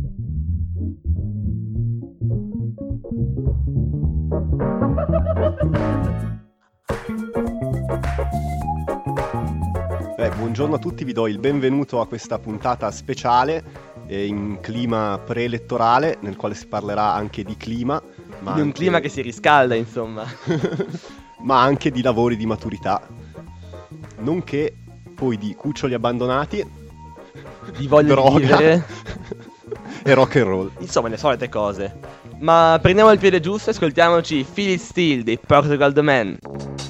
Buongiorno a tutti, vi do il benvenuto a questa puntata speciale in clima preelettorale, nel quale si parlerà anche di clima. Ma di un clima che si riscalda, insomma. Ma anche di lavori di maturità, nonché poi di cuccioli abbandonati, di voglia droga, di vivere e rock and roll. Insomma, le solite cose. Ma prendiamo il piede giusto e ascoltiamoci Feel It Still dei Portugal The Man.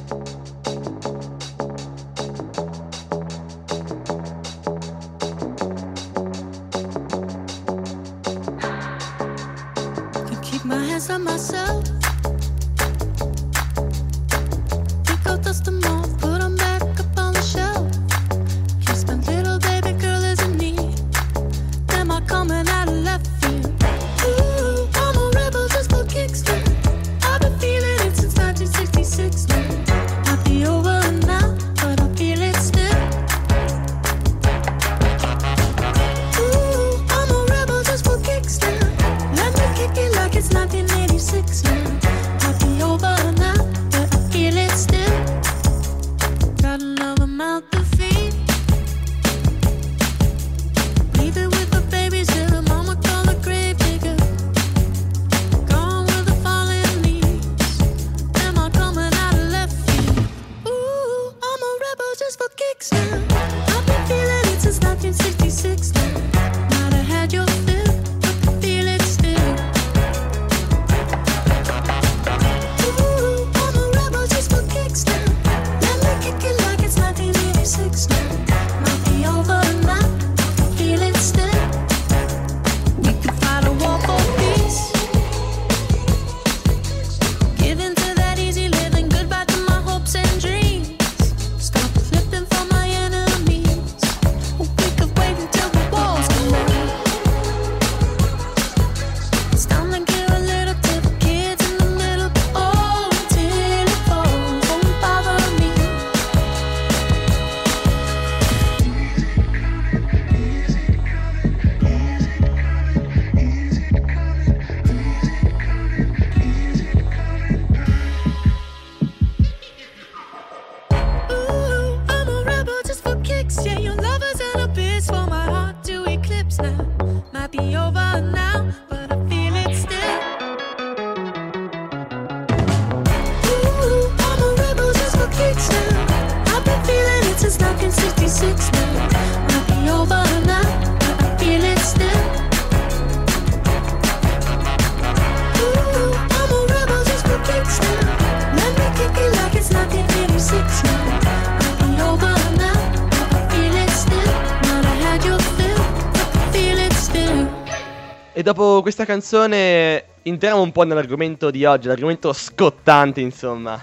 E dopo questa canzone entriamo un po' nell'argomento di oggi, l'argomento scottante, insomma.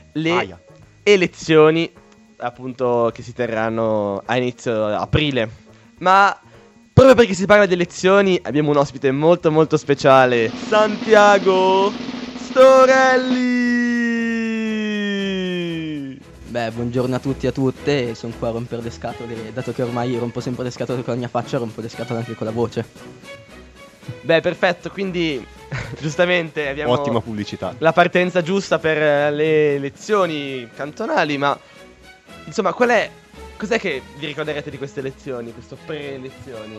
Le elezioni, appunto, che si terranno a inizio aprile. Ma proprio perché si parla di elezioni abbiamo un ospite molto molto speciale, Santiago Storelli! Beh, buongiorno a tutti e a tutte, sono qua a rompere le scatole, dato che ormai rompo sempre le scatole con la mia faccia, rompo le scatole anche con la voce. Beh, perfetto, quindi giustamente abbiamo ottima pubblicità, la partenza giusta per le elezioni cantonali, ma insomma, cos'è che vi ricorderete di queste elezioni, queste pre-elezioni?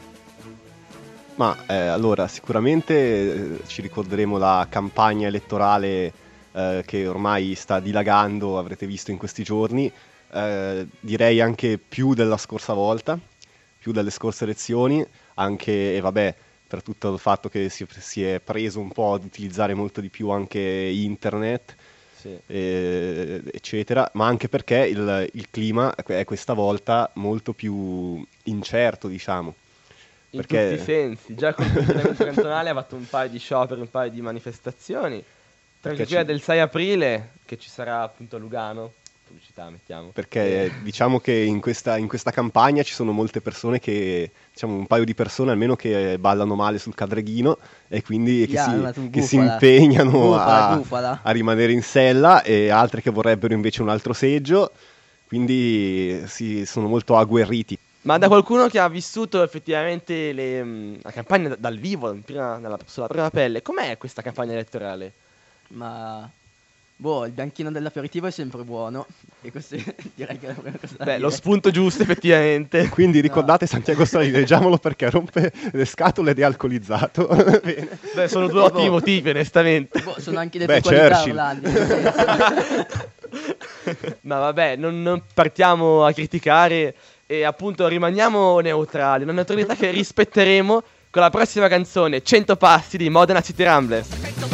Ma allora, sicuramente ci ricorderemo la campagna elettorale che ormai sta dilagando, avrete visto in questi giorni, direi anche più della scorsa volta, più delle scorse elezioni, anche, e vabbè, per tutto il fatto che si è preso un po' ad utilizzare molto di più anche internet, sì, eccetera, ma anche perché il clima è questa volta molto più incerto, diciamo. In tutti i sensi, già con il coordinamento cantonale ha fatto un paio di scioperi, un paio di manifestazioni, tra cui quella del 6 aprile, che ci sarà appunto a Lugano. Pubblicità, mettiamo. Perché diciamo che in questa campagna ci sono molte persone che, diciamo un paio di persone almeno, che ballano male sul cadreghino e quindi che si impegnano a rimanere in sella, e altre che vorrebbero invece un altro seggio, quindi sono molto agguerriti. Ma da qualcuno che ha vissuto effettivamente la campagna dal vivo, sulla propria pelle, com'è questa campagna elettorale? Ma il bianchino dell'aperitivo è sempre buono. E questo direi che è la prima cosa da Beh, dire. lo spunto giusto effettivamente. Quindi ricordate Santiago Storelli, leggiamolo perché rompe le scatole ed è alcolizzato. Bene. Beh, sono due ottimi motivi, onestamente. Sono anche le Beh, tue qualità, Churchill. Orlandi. Ma vabbè, non partiamo a criticare e appunto rimaniamo neutrali, una neutralità che rispetteremo con la prossima canzone, 100 passi di Modena City Ramblers.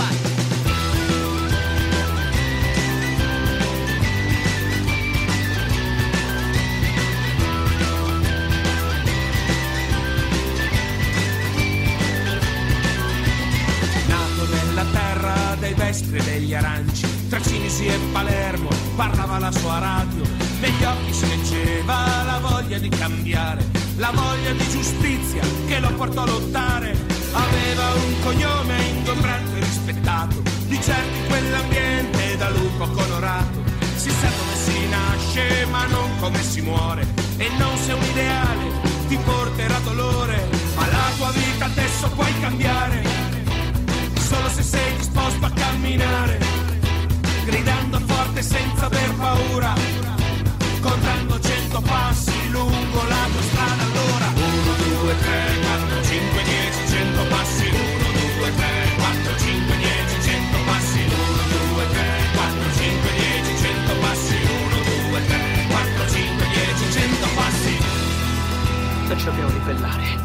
Nato nella terra dei vestri e degli aranci, tra Cinisi e Palermo parlava la sua radio, negli occhi si leggeva la voglia di cambiare, la voglia di giustizia che lo portò a lottare. Aveva un cognome ingombrante e rispettato, di certo in quell'ambiente da lupo colorato. Si sa come si nasce ma non come si muore, e non se un ideale ti porterà dolore, ma la tua vita adesso puoi cambiare solo se sei disposto a camminare, gridando forte senza aver paura, contando 100 passi lungo la tua strada. Allora 1, 2, 3, 4, 5, 10, 100 passi. 1, 2, 3, 4, 5, 10, 100 passi. 1, 2, 3, 4, 5, 10, 100 passi. 1, 2, 3, 4, 5, 10, 100 passi. Ci dobbiamo ribellare.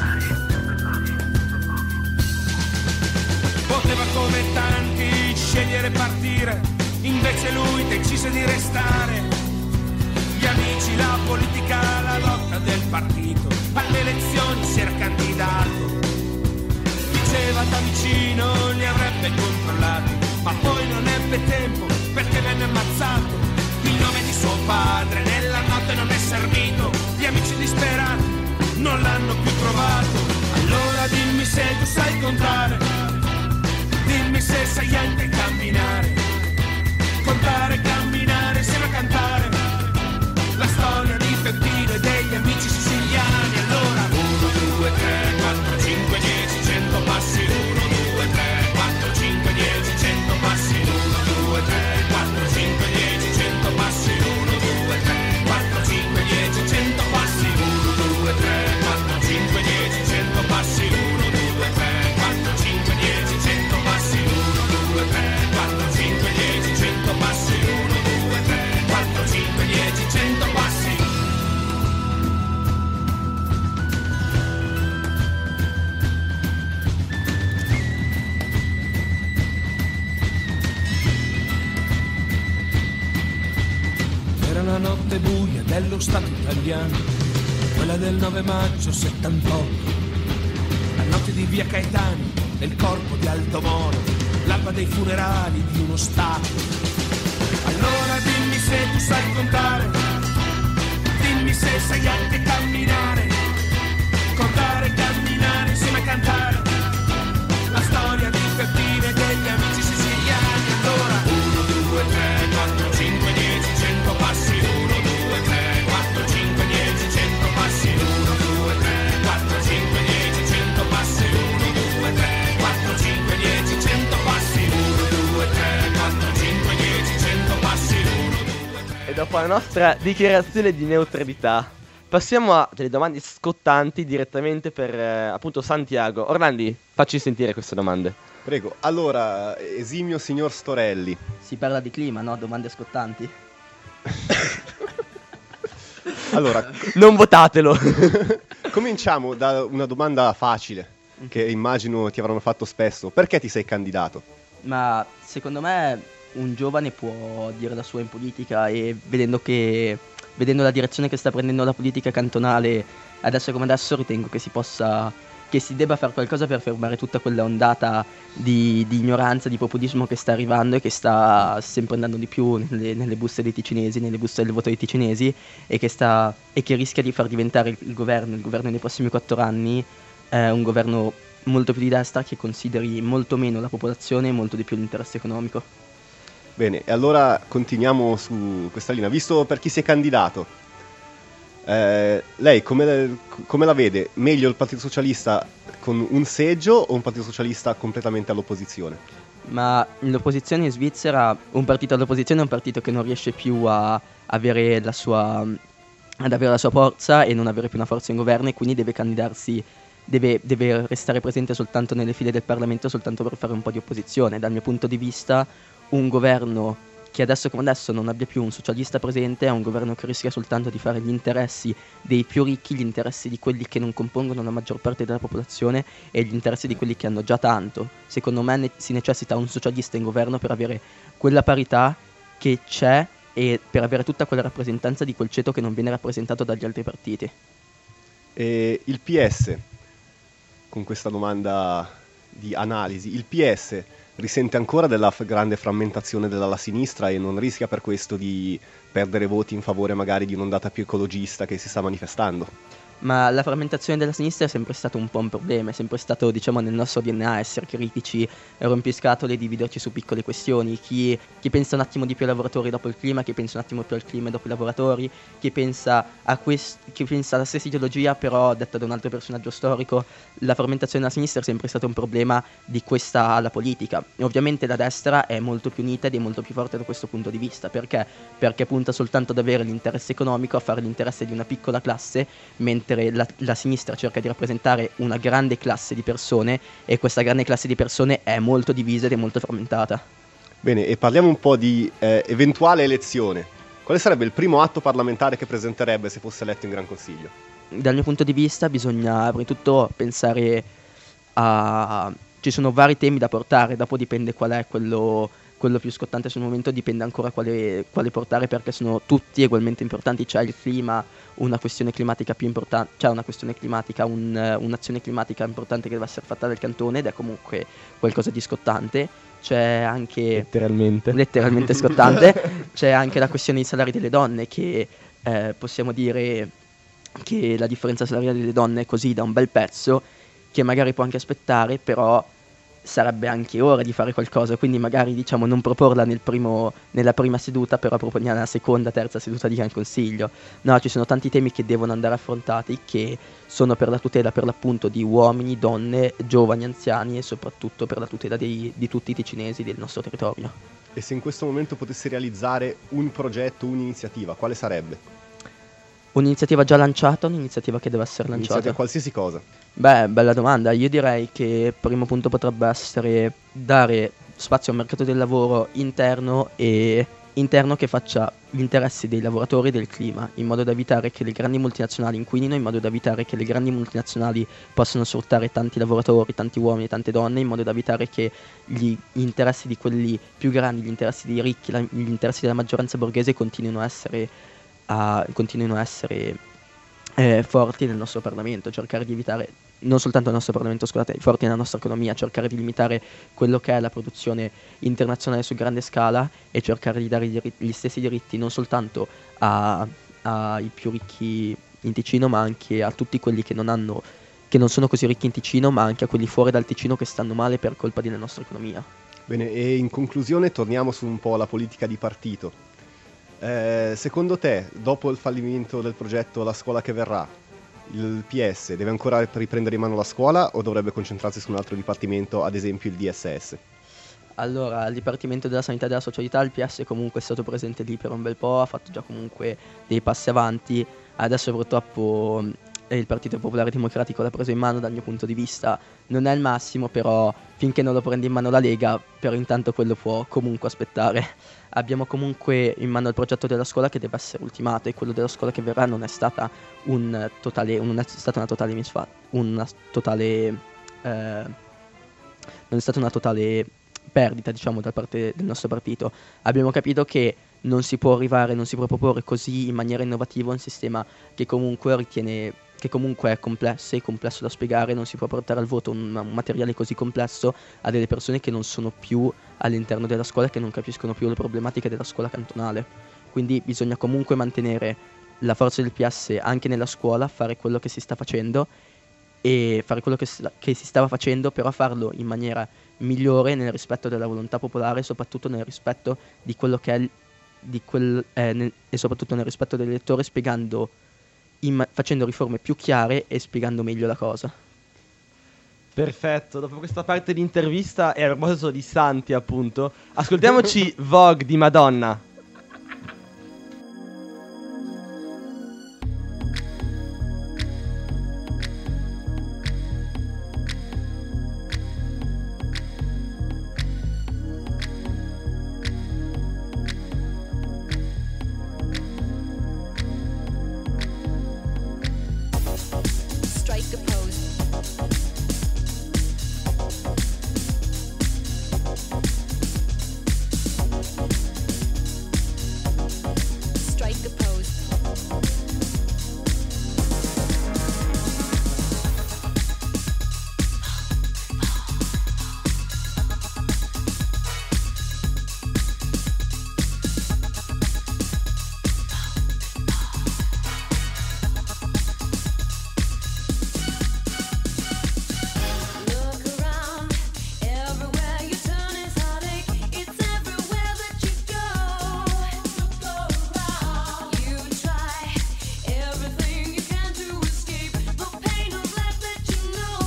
Poteva come tanti scegliere partire, invece lui decise di restare. Gli amici, la politica, la lotta del partito, alle elezioni si era candidato. Diceva da vicino li avrebbe controllati, ma poi non ebbe tempo perché venne ammazzato. Il nome di suo padre nella notte non è servito, gli amici disperati non l'hanno più trovato. Allora dimmi se tu sai contare, dimmi se sai anche camminare, contare, camminare, insieme a cantare la storia di Peppino e degli amici siciliani. Allora 1, 2, 3, 4, 5, 10, 100 passi. 1, 2, 3, 4, 5, 10, 100 passi. 1, 2, 3, 4, 5, 10, 100 passi. 1, 2, 3, 4, 5, 10, 100 passi. 1, 2, 3, 4, 5, 10, 100 passi. 1, 2, 3, 4, 5, 10, 100 passi. 1, 2, 3, 4, 5, 10, 100 passi. 1, 2, 3, 4, 5, 10, 100 passi. Era una notte buia dello Stato italiano, quella del 9 maggio 78, la notte di via Caetani, nel corpo di Aldo Moro, l'alba dei funerali di uno Stato. Allora dimmi se tu sai contare, dimmi se sai anche camminare, contare, camminare, insieme a cantare la storia di Peppino e degli amici siciliani. Allora 1, 2, 3, 4, 5, 10, 100 passi. 1, 2, 3, 4, 5, 10, 100 passi. 1, 2, 3, 4, 5, 10, 100 passi. 1, 2, 3, 4, 5, 10, 100 passi. 1, 2, 3, 4, 5, 10, 100 passi. 1, 2, 3. E dopo la nostra dichiarazione di neutralità, passiamo a delle domande scottanti direttamente per appunto Santiago. Orlandi, facci sentire queste domande. Prego. Allora, esimio signor Storelli. Si parla di clima, no? Domande scottanti. Allora, Non votatelo. cominciamo da una domanda facile, che immagino ti avranno fatto spesso. Perché ti sei candidato? Ma secondo me un giovane può dire la sua in politica, e vedendo la direzione che sta prendendo la politica cantonale adesso come adesso, ritengo che si debba fare qualcosa per fermare tutta quella ondata di ignoranza, di populismo che sta arrivando e che sta sempre andando di più nelle buste dei ticinesi, nelle buste del voto dei ticinesi, e che rischia di far diventare il governo nei prossimi 4 anni un governo molto più di destra, che consideri molto meno la popolazione e molto di più l'interesse economico. Bene, e allora continuiamo su questa linea. Visto per chi si è candidato, Lei come la vede? Meglio il Partito Socialista con un seggio o un Partito Socialista completamente all'opposizione? Ma l'opposizione in Svizzera, un partito all'opposizione è un partito che non riesce più a avere ad avere la sua forza e non avere più una forza in governo, e quindi deve candidarsi, deve restare presente soltanto nelle file del Parlamento, soltanto per fare un po' di opposizione. Dal mio punto di vista, un governo che adesso come adesso non abbia più un socialista presente è un governo che rischia soltanto di fare gli interessi dei più ricchi, gli interessi di quelli che non compongono la maggior parte della popolazione e gli interessi di quelli che hanno già tanto. Secondo me si necessita un socialista in governo per avere quella parità che c'è e per avere tutta quella rappresentanza di quel ceto che non viene rappresentato dagli altri partiti. E il PS, con questa domanda di analisi, il PS risente ancora della grande frammentazione della sinistra e non rischia per questo di perdere voti in favore magari di un'ondata più ecologista che si sta manifestando? Ma la frammentazione della sinistra è sempre stato un po' un problema, è sempre stato, diciamo, nel nostro DNA essere critici, rompiscatole e dividerci su piccole questioni. Chi pensa un attimo di più ai lavoratori dopo il clima, chi pensa un attimo più al clima dopo i lavoratori, chi pensa alla stessa ideologia però detta da un altro personaggio storico. La frammentazione della sinistra è sempre stato un problema di questa ala politica. E ovviamente la destra è molto più unita ed è molto più forte da questo punto di vista. Perché? Perché punta soltanto ad avere l'interesse economico, a fare l'interesse di una piccola classe, mentre la sinistra cerca di rappresentare una grande classe di persone, e questa grande classe di persone è molto divisa ed è molto frammentata. Bene, e parliamo un po' di eventuale elezione. Quale sarebbe il primo atto parlamentare che presenterebbe se fosse eletto in Gran Consiglio? Dal mio punto di vista bisogna prima di tutto pensare a... ci sono vari temi da portare, dopo dipende qual è quello più scottante sul momento, dipende ancora quale portare, perché sono tutti ugualmente importanti. C'è il clima, una questione climatica più importante, c'è una questione climatica, un'azione climatica importante che deve essere fatta dal cantone ed è comunque qualcosa di scottante. C'è anche letteralmente scottante. C'è anche la questione dei salari delle donne, che possiamo dire che la differenza salariale delle donne è così da un bel pezzo, che magari può anche aspettare, però sarebbe anche ora di fare qualcosa, quindi magari, diciamo, non proporla nella prima seduta, però proporla nella seconda, terza seduta di Gran Consiglio. No, ci sono tanti temi che devono andare affrontati, che sono per la tutela, per l'appunto, di uomini, donne, giovani, anziani, e soprattutto per la tutela di tutti i ticinesi del nostro territorio. E se in questo momento potessi realizzare un progetto, un'iniziativa, quale sarebbe? Un'iniziativa già lanciata, un'iniziativa che deve essere lanciata? Un'iniziativa qualsiasi cosa. Beh, bella domanda. Io direi che il primo punto potrebbe essere dare spazio a un mercato del lavoro interno che faccia gli interessi dei lavoratori e del clima, in modo da evitare che le grandi multinazionali inquinino, in modo da evitare che le grandi multinazionali possano sfruttare tanti lavoratori, tanti uomini e tante donne, in modo da evitare che gli interessi di quelli più grandi, gli interessi dei ricchi, gli interessi della maggioranza borghese continuino a essere forti nel nostro Parlamento, cercare di evitare, non soltanto nel nostro Parlamento, scusate, forti nella nostra economia, cercare di limitare quello che è la produzione internazionale su grande scala e cercare di dare gli stessi diritti non soltanto ai più ricchi in Ticino, ma anche a tutti quelli che non sono così ricchi in Ticino, ma anche a quelli fuori dal Ticino che stanno male per colpa della nostra economia. Bene, e in conclusione torniamo su un po' la politica di partito. Secondo te, dopo il fallimento del progetto La scuola che verrà, il PS deve ancora riprendere in mano la scuola o dovrebbe concentrarsi su un altro dipartimento, ad esempio il DSS? Allora, il Dipartimento della Sanità e della Socialità, il PS comunque è stato presente lì per un bel po', ha fatto già comunque dei passi avanti. Adesso purtroppo il Partito Popolare Democratico l'ha preso in mano. Dal mio punto di vista non è il massimo, però finché non lo prende in mano la Lega, però intanto quello può comunque aspettare. Abbiamo comunque in mano il progetto della scuola che deve essere ultimato, e quello della scuola che verrà non è stata una totale perdita, diciamo, da parte del nostro partito. Abbiamo capito che non si può proporre così in maniera innovativa un sistema che comunque è complesso da spiegare. Non si può portare al voto un materiale così complesso a delle persone che non sono più all'interno della scuola e che non capiscono più le problematiche della scuola cantonale. Quindi bisogna comunque mantenere la forza del PS anche nella scuola, fare quello che si sta facendo e fare quello che si stava facendo, però farlo in maniera migliore, nel rispetto della volontà popolare, e soprattutto nel rispetto di quello che è e soprattutto nel rispetto dell'elettore, spiegando facendo riforme più chiare e spiegando meglio la cosa. Perfetto, dopo questa parte di intervista e a proposito di santi appunto, ascoltiamoci Vogue di Madonna. Strike a pose. Strike a pose. Look around, everywhere you turn is heartache. It's everywhere that you go. Look around, you try everything you can to escape the pain of life that you know.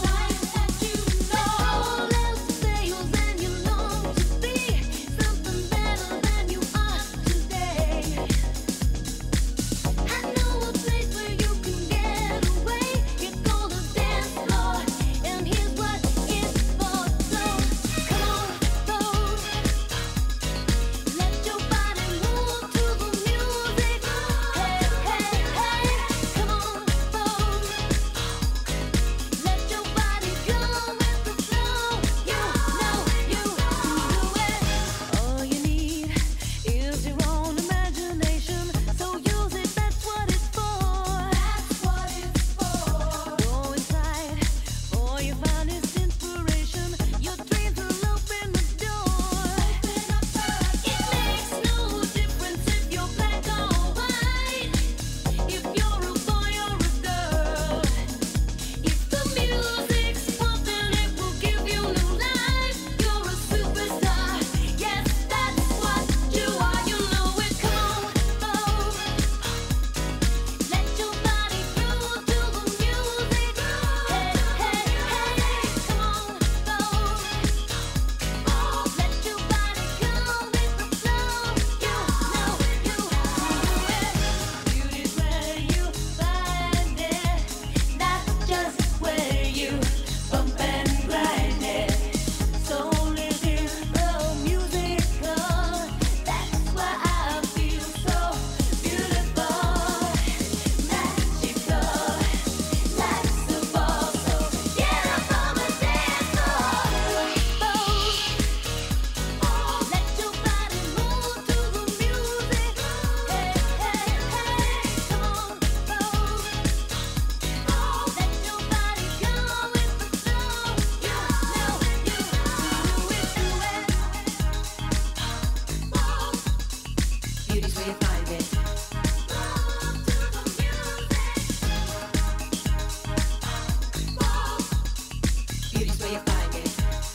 All else fails and you long to be something better than you are today. I know a place where you can get away. It's called a dance floor, and here's what it's for. So come on, pose. Let your body move to the music. Hey, hey, hey. Come on, pose. Let your body go with the flow. You know you can do it. All you need is your own imagination. So use it, that's what it's for. That's what it's for. Go inside for your finest inspiration. Your dreams will open the door. It makes no difference if you're black or white, if you're a boy or a girl. If the music's pumping, it will give you new life. You're a superstar. Yes, that's what you are. You know it. Come on, pose. Let your body groove to the music. Hey, hey, hey. Come on, pose. Let your body go with the flow. You know you can do it. Beauty's where you find it. That's just where you bump and grind it. Soul is in the music. That's why I feel so beautiful, magical, like the ball. So get up on the dance floor, pose. Let your body move to the music. Hey, hey, hey. Come on, pose. Let your body go with the flow. You know you can do it. Beauty's where you find it. Beauty's where you find it.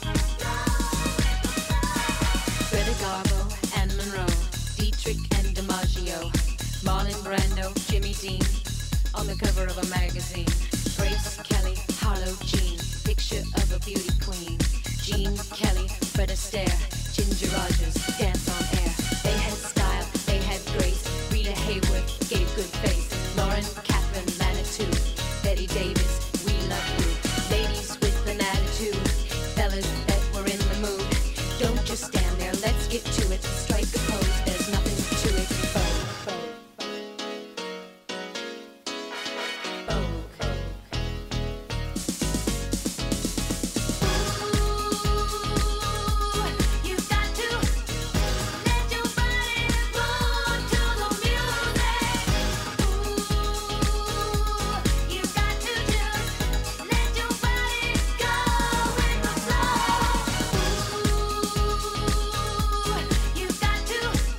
Greta Garbo and Monroe, Dietrich and DiMaggio, Marlon Brando, Jimmy Dean, on the cover of a magazine. Grace Kelly, Harlow Jean, picture of a beauty queen. Jean Kelly, Fred Astaire, Ginger Rogers, dance on air. They had style, they had grace. Rita Hayworth gave good face. Lauren Catherine Manitou, Betty Davis, we love you. Ladies with an attitude, fellas that were in the mood. Don't just stand there, let's get to it. Strike a pose, there's nothing to it. You got to let your body move to the music. You got to just let your body go with the flow. You got to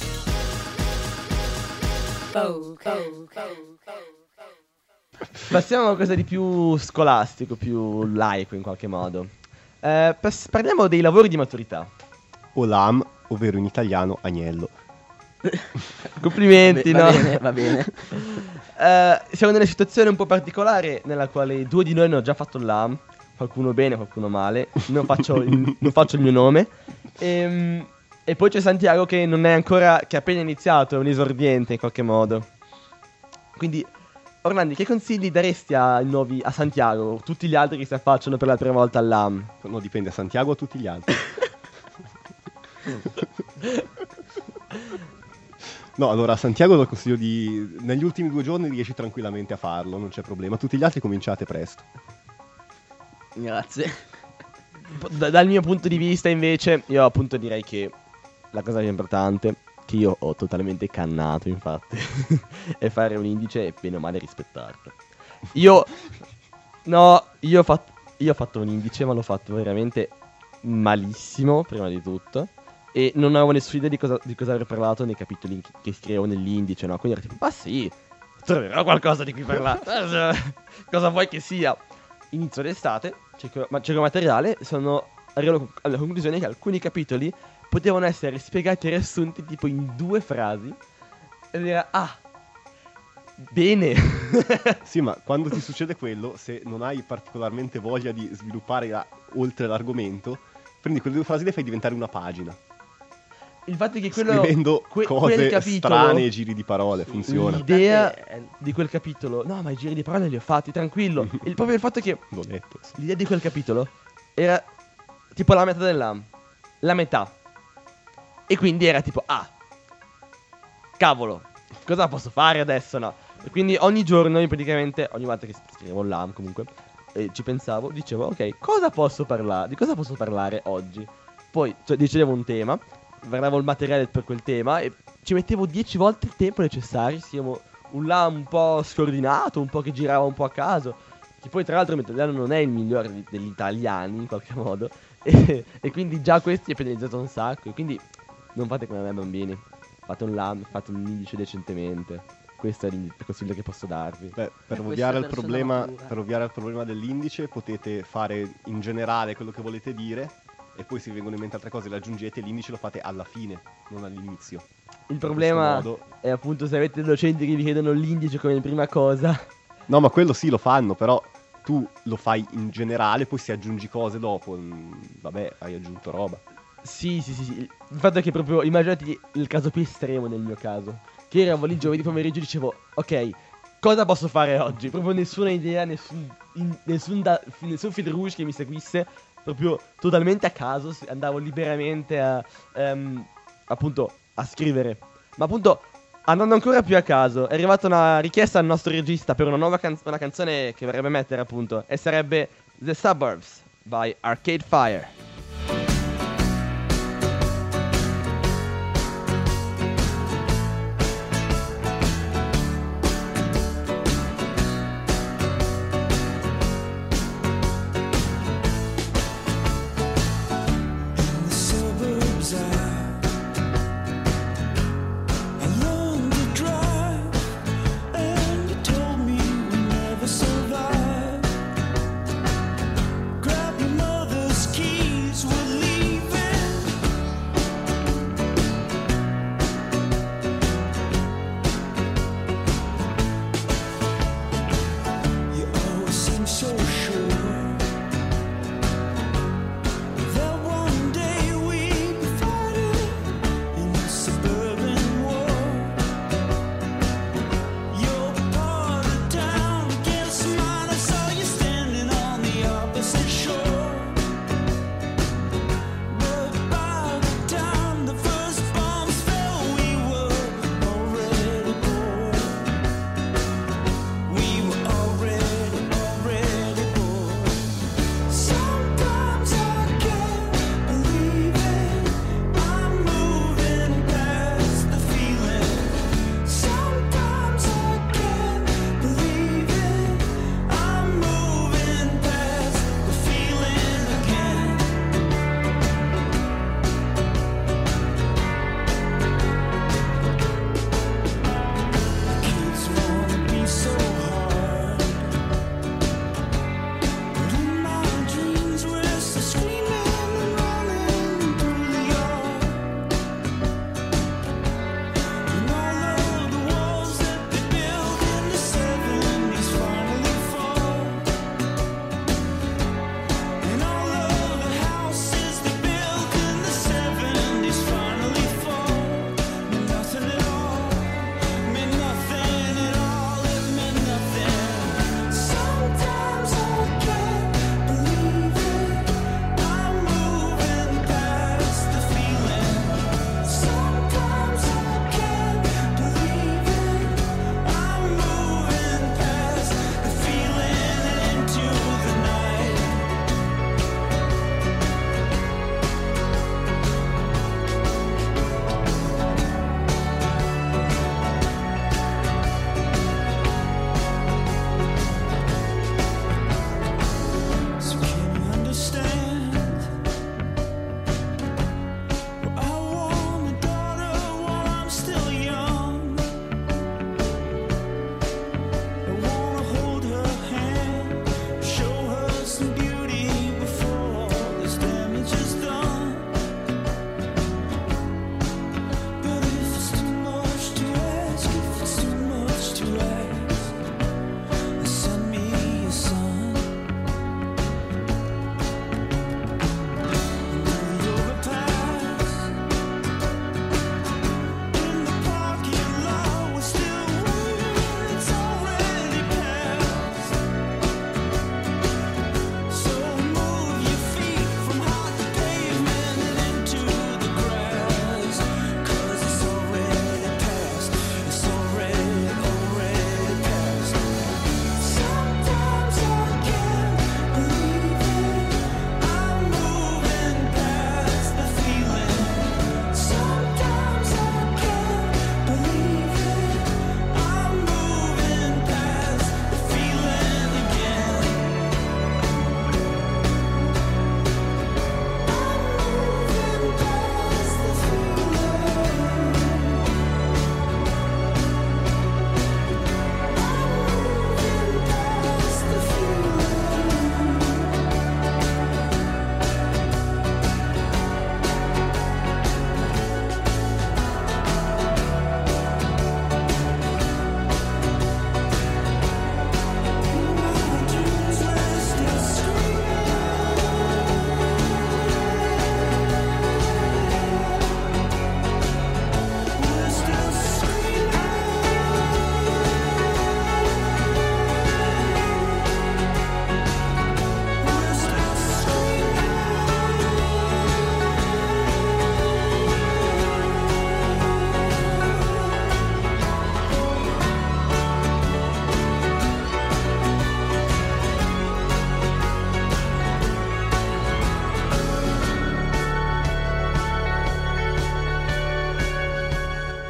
Passiamo a qualcosa di più scolastico, più laico in qualche modo. Parliamo dei lavori di maturità. OLAM, ovvero in italiano agnello. Complimenti, Va no? bene, va bene. siamo nella situazione un po' particolare nella quale 2 di noi hanno già fatto l'AM, qualcuno bene, qualcuno male, non faccio il mio nome, e poi c'è Santiago che non è ancora, che ha appena iniziato, è un esordiente in qualche modo. Quindi, Orlandi, che consigli daresti a Santiago, tutti gli altri che si affacciano per la prima volta all'AM? No, dipende, a Santiago o a tutti gli altri? No, allora a Santiago lo consiglio negli ultimi 2 giorni riesci tranquillamente a farlo, non c'è problema. Tutti gli altri cominciate presto. Grazie. Dal mio punto di vista, invece, io appunto direi che la cosa più importante, che io ho totalmente cannato, infatti, è fare un indice e bene o male rispettarlo. Io ho fatto un indice, ma l'ho fatto veramente malissimo, prima di tutto. E non avevo nessuna idea di cosa aver parlato nei capitoli che scrivevo nell'indice, no? Quindi ero tipo, ma sì, troverò qualcosa di cui parlare. Cosa vuoi che sia? Inizio l'estate, cerco materiale, arrivo alla conclusione che alcuni capitoli potevano essere spiegati e riassunti tipo in 2 frasi. Ed era, bene. Sì, ma quando ti succede quello, se non hai particolarmente voglia di sviluppare oltre l'argomento, prendi quelle 2 frasi e le fai diventare una pagina. Il fatto è che quello scrivendo quel cose capitolo, strane, giri di parole, funziona. l'idea di quel capitolo, no, ma i giri di parole li ho fatti, tranquillo. Proprio il fatto che L'ho detto. Sì. l'idea di quel capitolo era tipo la metà dell'AM, la metà. E quindi era tipo, cavolo, cosa posso fare adesso, no? E quindi ogni giorno, io praticamente, ogni volta che scrivevo l'AM comunque, ci pensavo, dicevo, ok, cosa posso parlare? Di cosa posso parlare oggi? Poi decidevo un tema, guardavo il materiale per quel tema e ci mettevo 10 volte il tempo necessario. Siamo un LAM un po' scordinato, un po' che girava un po' a caso, che poi tra l'altro l'italiano non è il migliore degli italiani in qualche modo, e quindi già questo è penalizzato un sacco. E quindi non fate come me, bambini, fate un LAM, fate un indice decentemente. Questo è il consiglio che posso darvi. Beh, per E ovviare al questa problema, persona dell'indice, potete fare in generale quello che volete dire e poi se vi vengono in mente altre cose le aggiungete, l'indice lo fate alla fine, non all'inizio. Il problema modo- è appunto se avete docenti che vi chiedono l'indice come prima cosa. No, ma quello sì lo fanno, però tu lo fai in generale, poi se aggiungi cose dopo, vabbè, hai aggiunto roba. Sì. Il fatto è che proprio, immaginati il caso più estremo nel mio caso, che eravamo lì giovedì pomeriggio e dicevo, ok, cosa posso fare oggi? Proprio nessuna idea, nessun fil rouge che mi seguisse, proprio totalmente a caso, andavo liberamente appunto a scrivere. Ma appunto, andando ancora più a caso, è arrivata una richiesta al nostro regista per una nuova una canzone che vorrebbe mettere appunto, e sarebbe The Suburbs by Arcade Fire.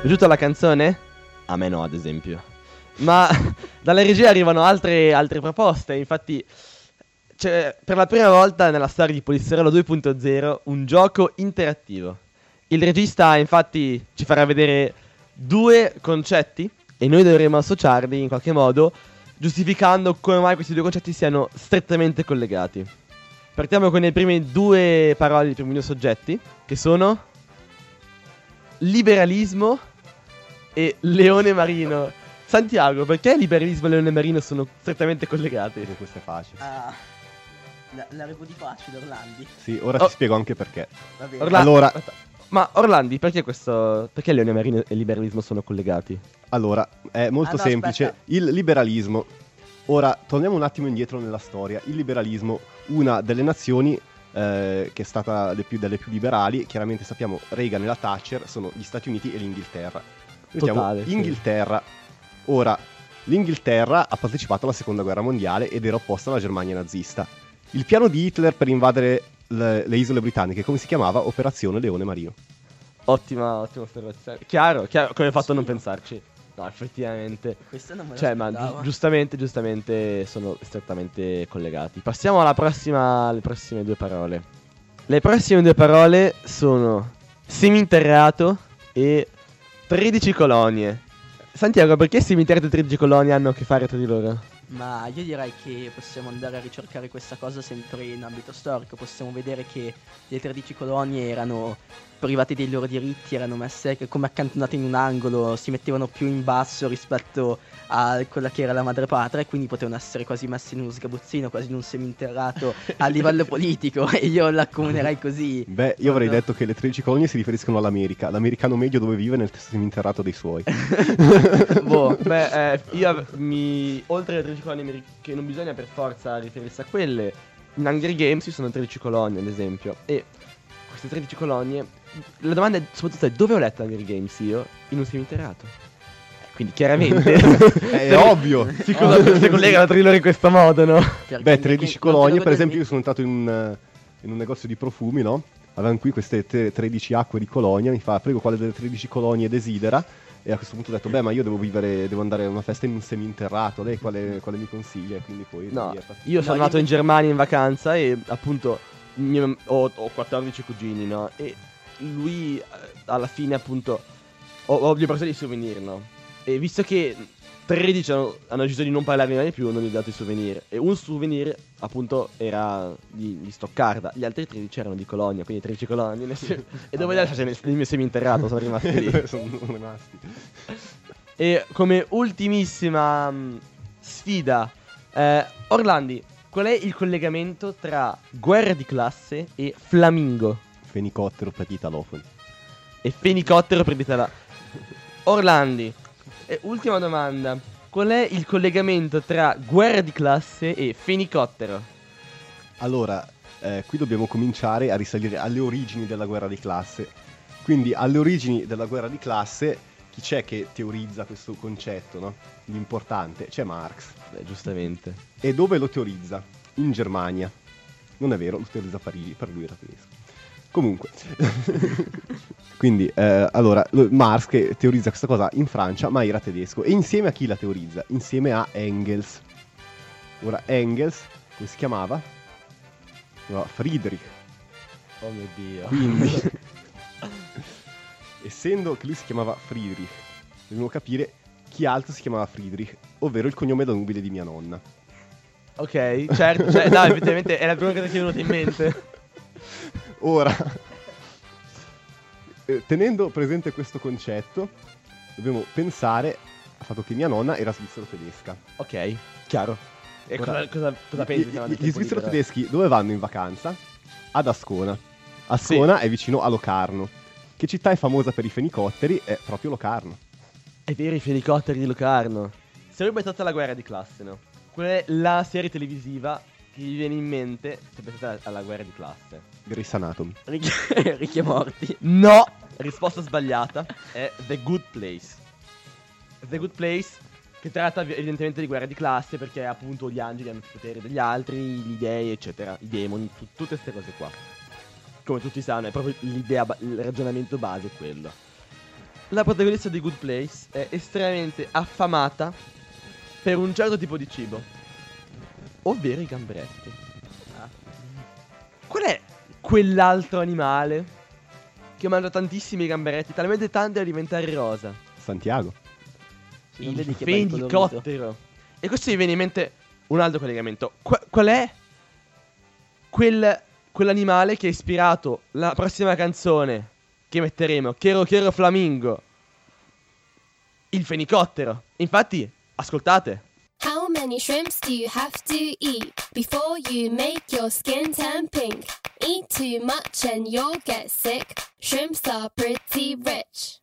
piaciuta la canzone? A me no, ad esempio. Ma dalla regia arrivano altre proposte. Infatti, c'è per la prima volta nella storia di Polistirolo 2.0 un gioco interattivo. Il regista, infatti, ci farà vedere 2 concetti e noi dovremo associarli in qualche modo, giustificando come mai questi 2 concetti siano strettamente collegati. Partiamo con le prime 2 parole, i primi 2 soggetti, che sono liberalismo e leone marino. Santiago, perché liberalismo e leone marino sono strettamente collegati? Perché questo è facile. Ah, la revo di facile, Orlandi. Sì, ora Oh. ti spiego anche perché. Va bene. Allora- Ma Orlandi, perché leone marino e liberalismo sono collegati? Allora, è molto Ah, no, semplice. aspetta. Il liberalismo. Ora, torniamo un attimo indietro nella storia. Il liberalismo, una delle nazioni che è stata delle più liberali, chiaramente sappiamo Reagan e la Thatcher, sono gli Stati Uniti e l'Inghilterra. Mettiamo Totale, sì. Inghilterra. Ora, l'Inghilterra ha partecipato alla Seconda Guerra Mondiale ed era opposta alla Germania nazista. Il piano di Hitler per invadere le isole britanniche, come si chiamava? Operazione Leone Marino. Ottima osservazione. Chiaro, come hai fatto a non pensarci? No, effettivamente. Questo non me lo Cioè, ma giustamente sono strettamente collegati. Passiamo alle prossime 2 parole. Le prossime 2 parole sono seminterrato e 13 colonie. Santiago, perché seminterrato e 13 colonie hanno a che fare tra di loro? Ma io direi che possiamo andare a ricercare questa cosa sempre in ambito storico. Possiamo vedere che le 13 colonie erano private dei loro diritti, erano messe come accantonate in un angolo, si mettevano più in basso rispetto a quella che era la madrepatria e quindi potevano essere quasi messe in uno sgabuzzino, quasi in un seminterrato a livello politico e io l'accomunerei così. Beh, io avrei No. detto che le 13 colonie si riferiscono all'America. L'americano medio dove vive nel seminterrato dei suoi. Boh, beh, oltre alle 13 colonie che non bisogna per forza riferirsi a quelle, in Hunger Games ci sono 13 colonie, ad esempio, e queste 13 colonie, la domanda è soprattutto dove ho letto Hunger Games io? In un seminterrato. Quindi chiaramente È ovvio. si collegano tra di loro in questo modo, no? Perché Beh, 13 colonie, per esempio, io io sono entrato in un negozio di profumi, no? Avevano qui queste 13 acque di colonia, mi fa, prego, quale delle 13 colonie desidera? E a questo punto ho detto, beh, ma io devo andare a una festa in un seminterrato, lei quale mi consiglia? E quindi poi... No, via, fa- io sono No, andato io- in Germania in vacanza e appunto ho 14 cugini, no? E lui alla fine appunto ho gli ho preso dei souvenir, no? E visto che 13 hanno deciso di non parlarne mai più, non gli ho dato i souvenir. E un souvenir appunto era di Stoccarda, gli altri 13 erano di Colonia, quindi 13 colonie. E dove le lasciate nel mio seminterrato? Sono rimasti lì. sono rimasti. E come ultimissima sfida, Orlandi, qual è il collegamento tra guerra di classe e flamingo? Fenicottero per gli italofoni. E fenicottero per l'Italia. Orlandi, ultima domanda. Qual è il collegamento tra guerra di classe e fenicottero? Allora, qui dobbiamo cominciare a risalire alle origini della guerra di classe. Quindi, alle origini della guerra di classe, chi c'è che teorizza questo concetto, no? L'importante, c'è Marx. Beh, giustamente. E dove lo teorizza? In Germania. Non è vero, lo teorizza a Parigi, per lui era tedesco. Comunque. Quindi, allora, Marx che teorizza questa cosa in Francia, ma era tedesco. E insieme a chi la teorizza? Insieme a Engels. Ora, Engels, come si chiamava? No, Friedrich. Oh mio Dio. Quindi, essendo che lui si chiamava Friedrich, dobbiamo capire chi altro si chiamava Friedrich, ovvero il cognome da nubile di mia nonna. Ok, certo, cioè, no, effettivamente è la prima cosa che mi è venuta in mente. Ora, tenendo presente questo concetto, dobbiamo pensare al fatto che mia nonna era svizzero-tedesca. Ok, chiaro. E Ora, cosa pensi? Gli svizzero-tedeschi dove vanno in vacanza? Ad Ascona. Ascona è vicino a Locarno. Che città è famosa per i fenicotteri? È proprio Locarno. È vero, i fenicotteri di Locarno. Se voi pensate alla guerra di classe, no? Qual è la serie televisiva che vi viene in mente se pensate alla guerra di classe? Grey's Anatomy. Ricchi e morti. No! Risposta sbagliata. È The Good Place. The Good Place che tratta evidentemente di guerra di classe perché appunto gli angeli hanno più poteri degli altri, gli dei eccetera, i demoni, tutte queste cose qua. Come tutti sanno è proprio l'idea, il ragionamento base è quello. la protagonista di Good Place è estremamente affamata per un certo tipo di cibo, ovvero i gamberetti. Qual è quell'altro animale che mangia tantissimi gamberetti, talmente tanti da diventare rosa? Santiago. Non vedi che bel colorito. Fenicottero. E questo mi viene in mente un altro collegamento. Qual è quell'animale che ha ispirato la prossima canzone che metteremo? Chero Chero Flamingo. Il fenicottero. Infatti, ascoltate. How many shrimps do you have to eat before you make your skin turn pink? Eat too much and you'll get sick. Shrimps are pretty rich.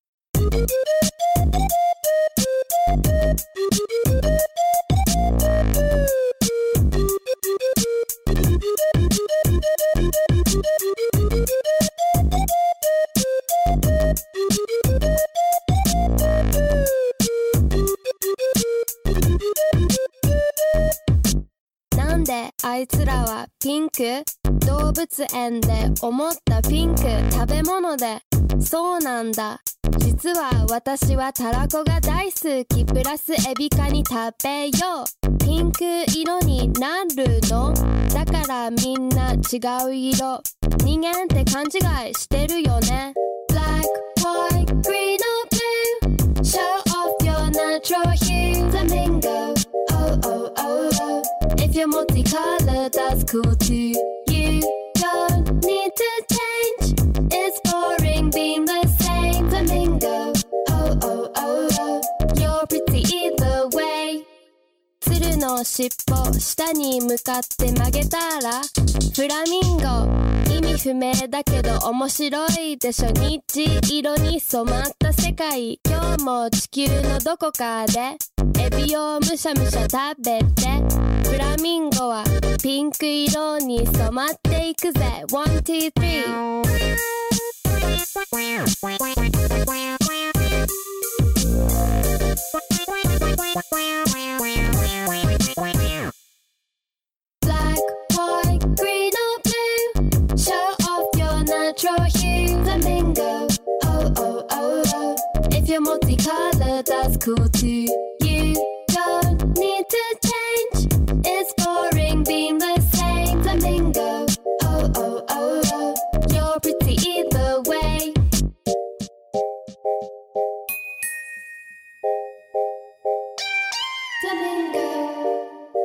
なんであいつらはピンク？動物園で思ったピンク食べ物でそうなんだ実は私はたらこが大好きプラスエビカニ食べようピンク色になるのだからみんな違う色人間って勘違いしてるよね Black, white, green or blue Show off your natural hue Flamingo Oh, oh, oh, oh If you're multicolored, that's cool too You don't need to change It's boring being the same Flamingo Oh, oh, oh, oh You're pretty either way 鶴の尻尾下に向かって曲げたらフラミンゴ意味不明だけど面白いでしょ虹色に染まった世界今日も地球のどこかでエビをむしゃむしゃ食べてフラミンゴはピンク色に染まっていくぜ One, two, three Black, white, green or blue Show off your natural hue Flamingo Oh, oh, oh, oh If you're multicolored, that's cool too You don't need to change It's boring being the same Flamingo Oh, oh, oh, oh You're pretty either way Flamingo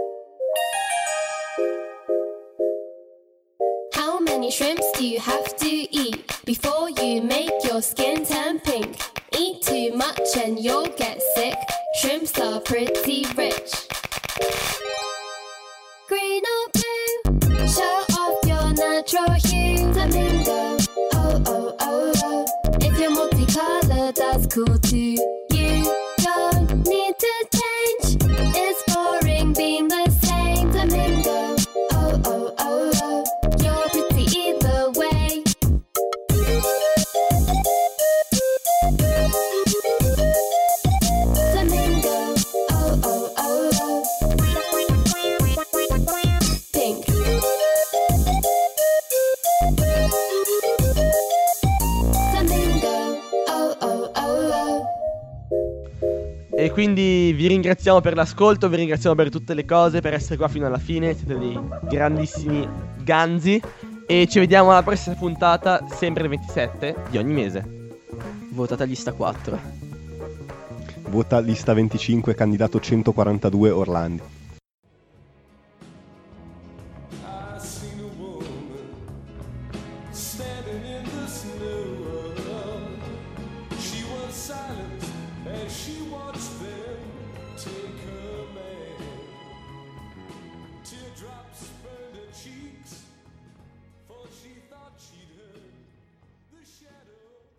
How many shrimps do you have to eat before you make your skin turn pink? Eat too much and you'll get sick. Shrimps are pretty rich. Green or blue, show off your natural hue. Flamingo, oh, oh, oh, oh. If you're multicolored, that's cool too. You don't need to change. It's boring being the same. Flamingo, oh, oh, oh, oh. You're pretty either way. Flamingo, oh, oh, oh, oh. Pink. Flamingo, oh, oh, oh, oh. E quindi vi ringraziamo per l'ascolto, vi ringraziamo per tutte le cose, per essere qua fino alla fine, siete dei grandissimi ganzi. E ci vediamo alla prossima puntata, sempre il 27 di ogni mese. Votate a lista 4. Vota lista 25, candidato 142 Orlandi.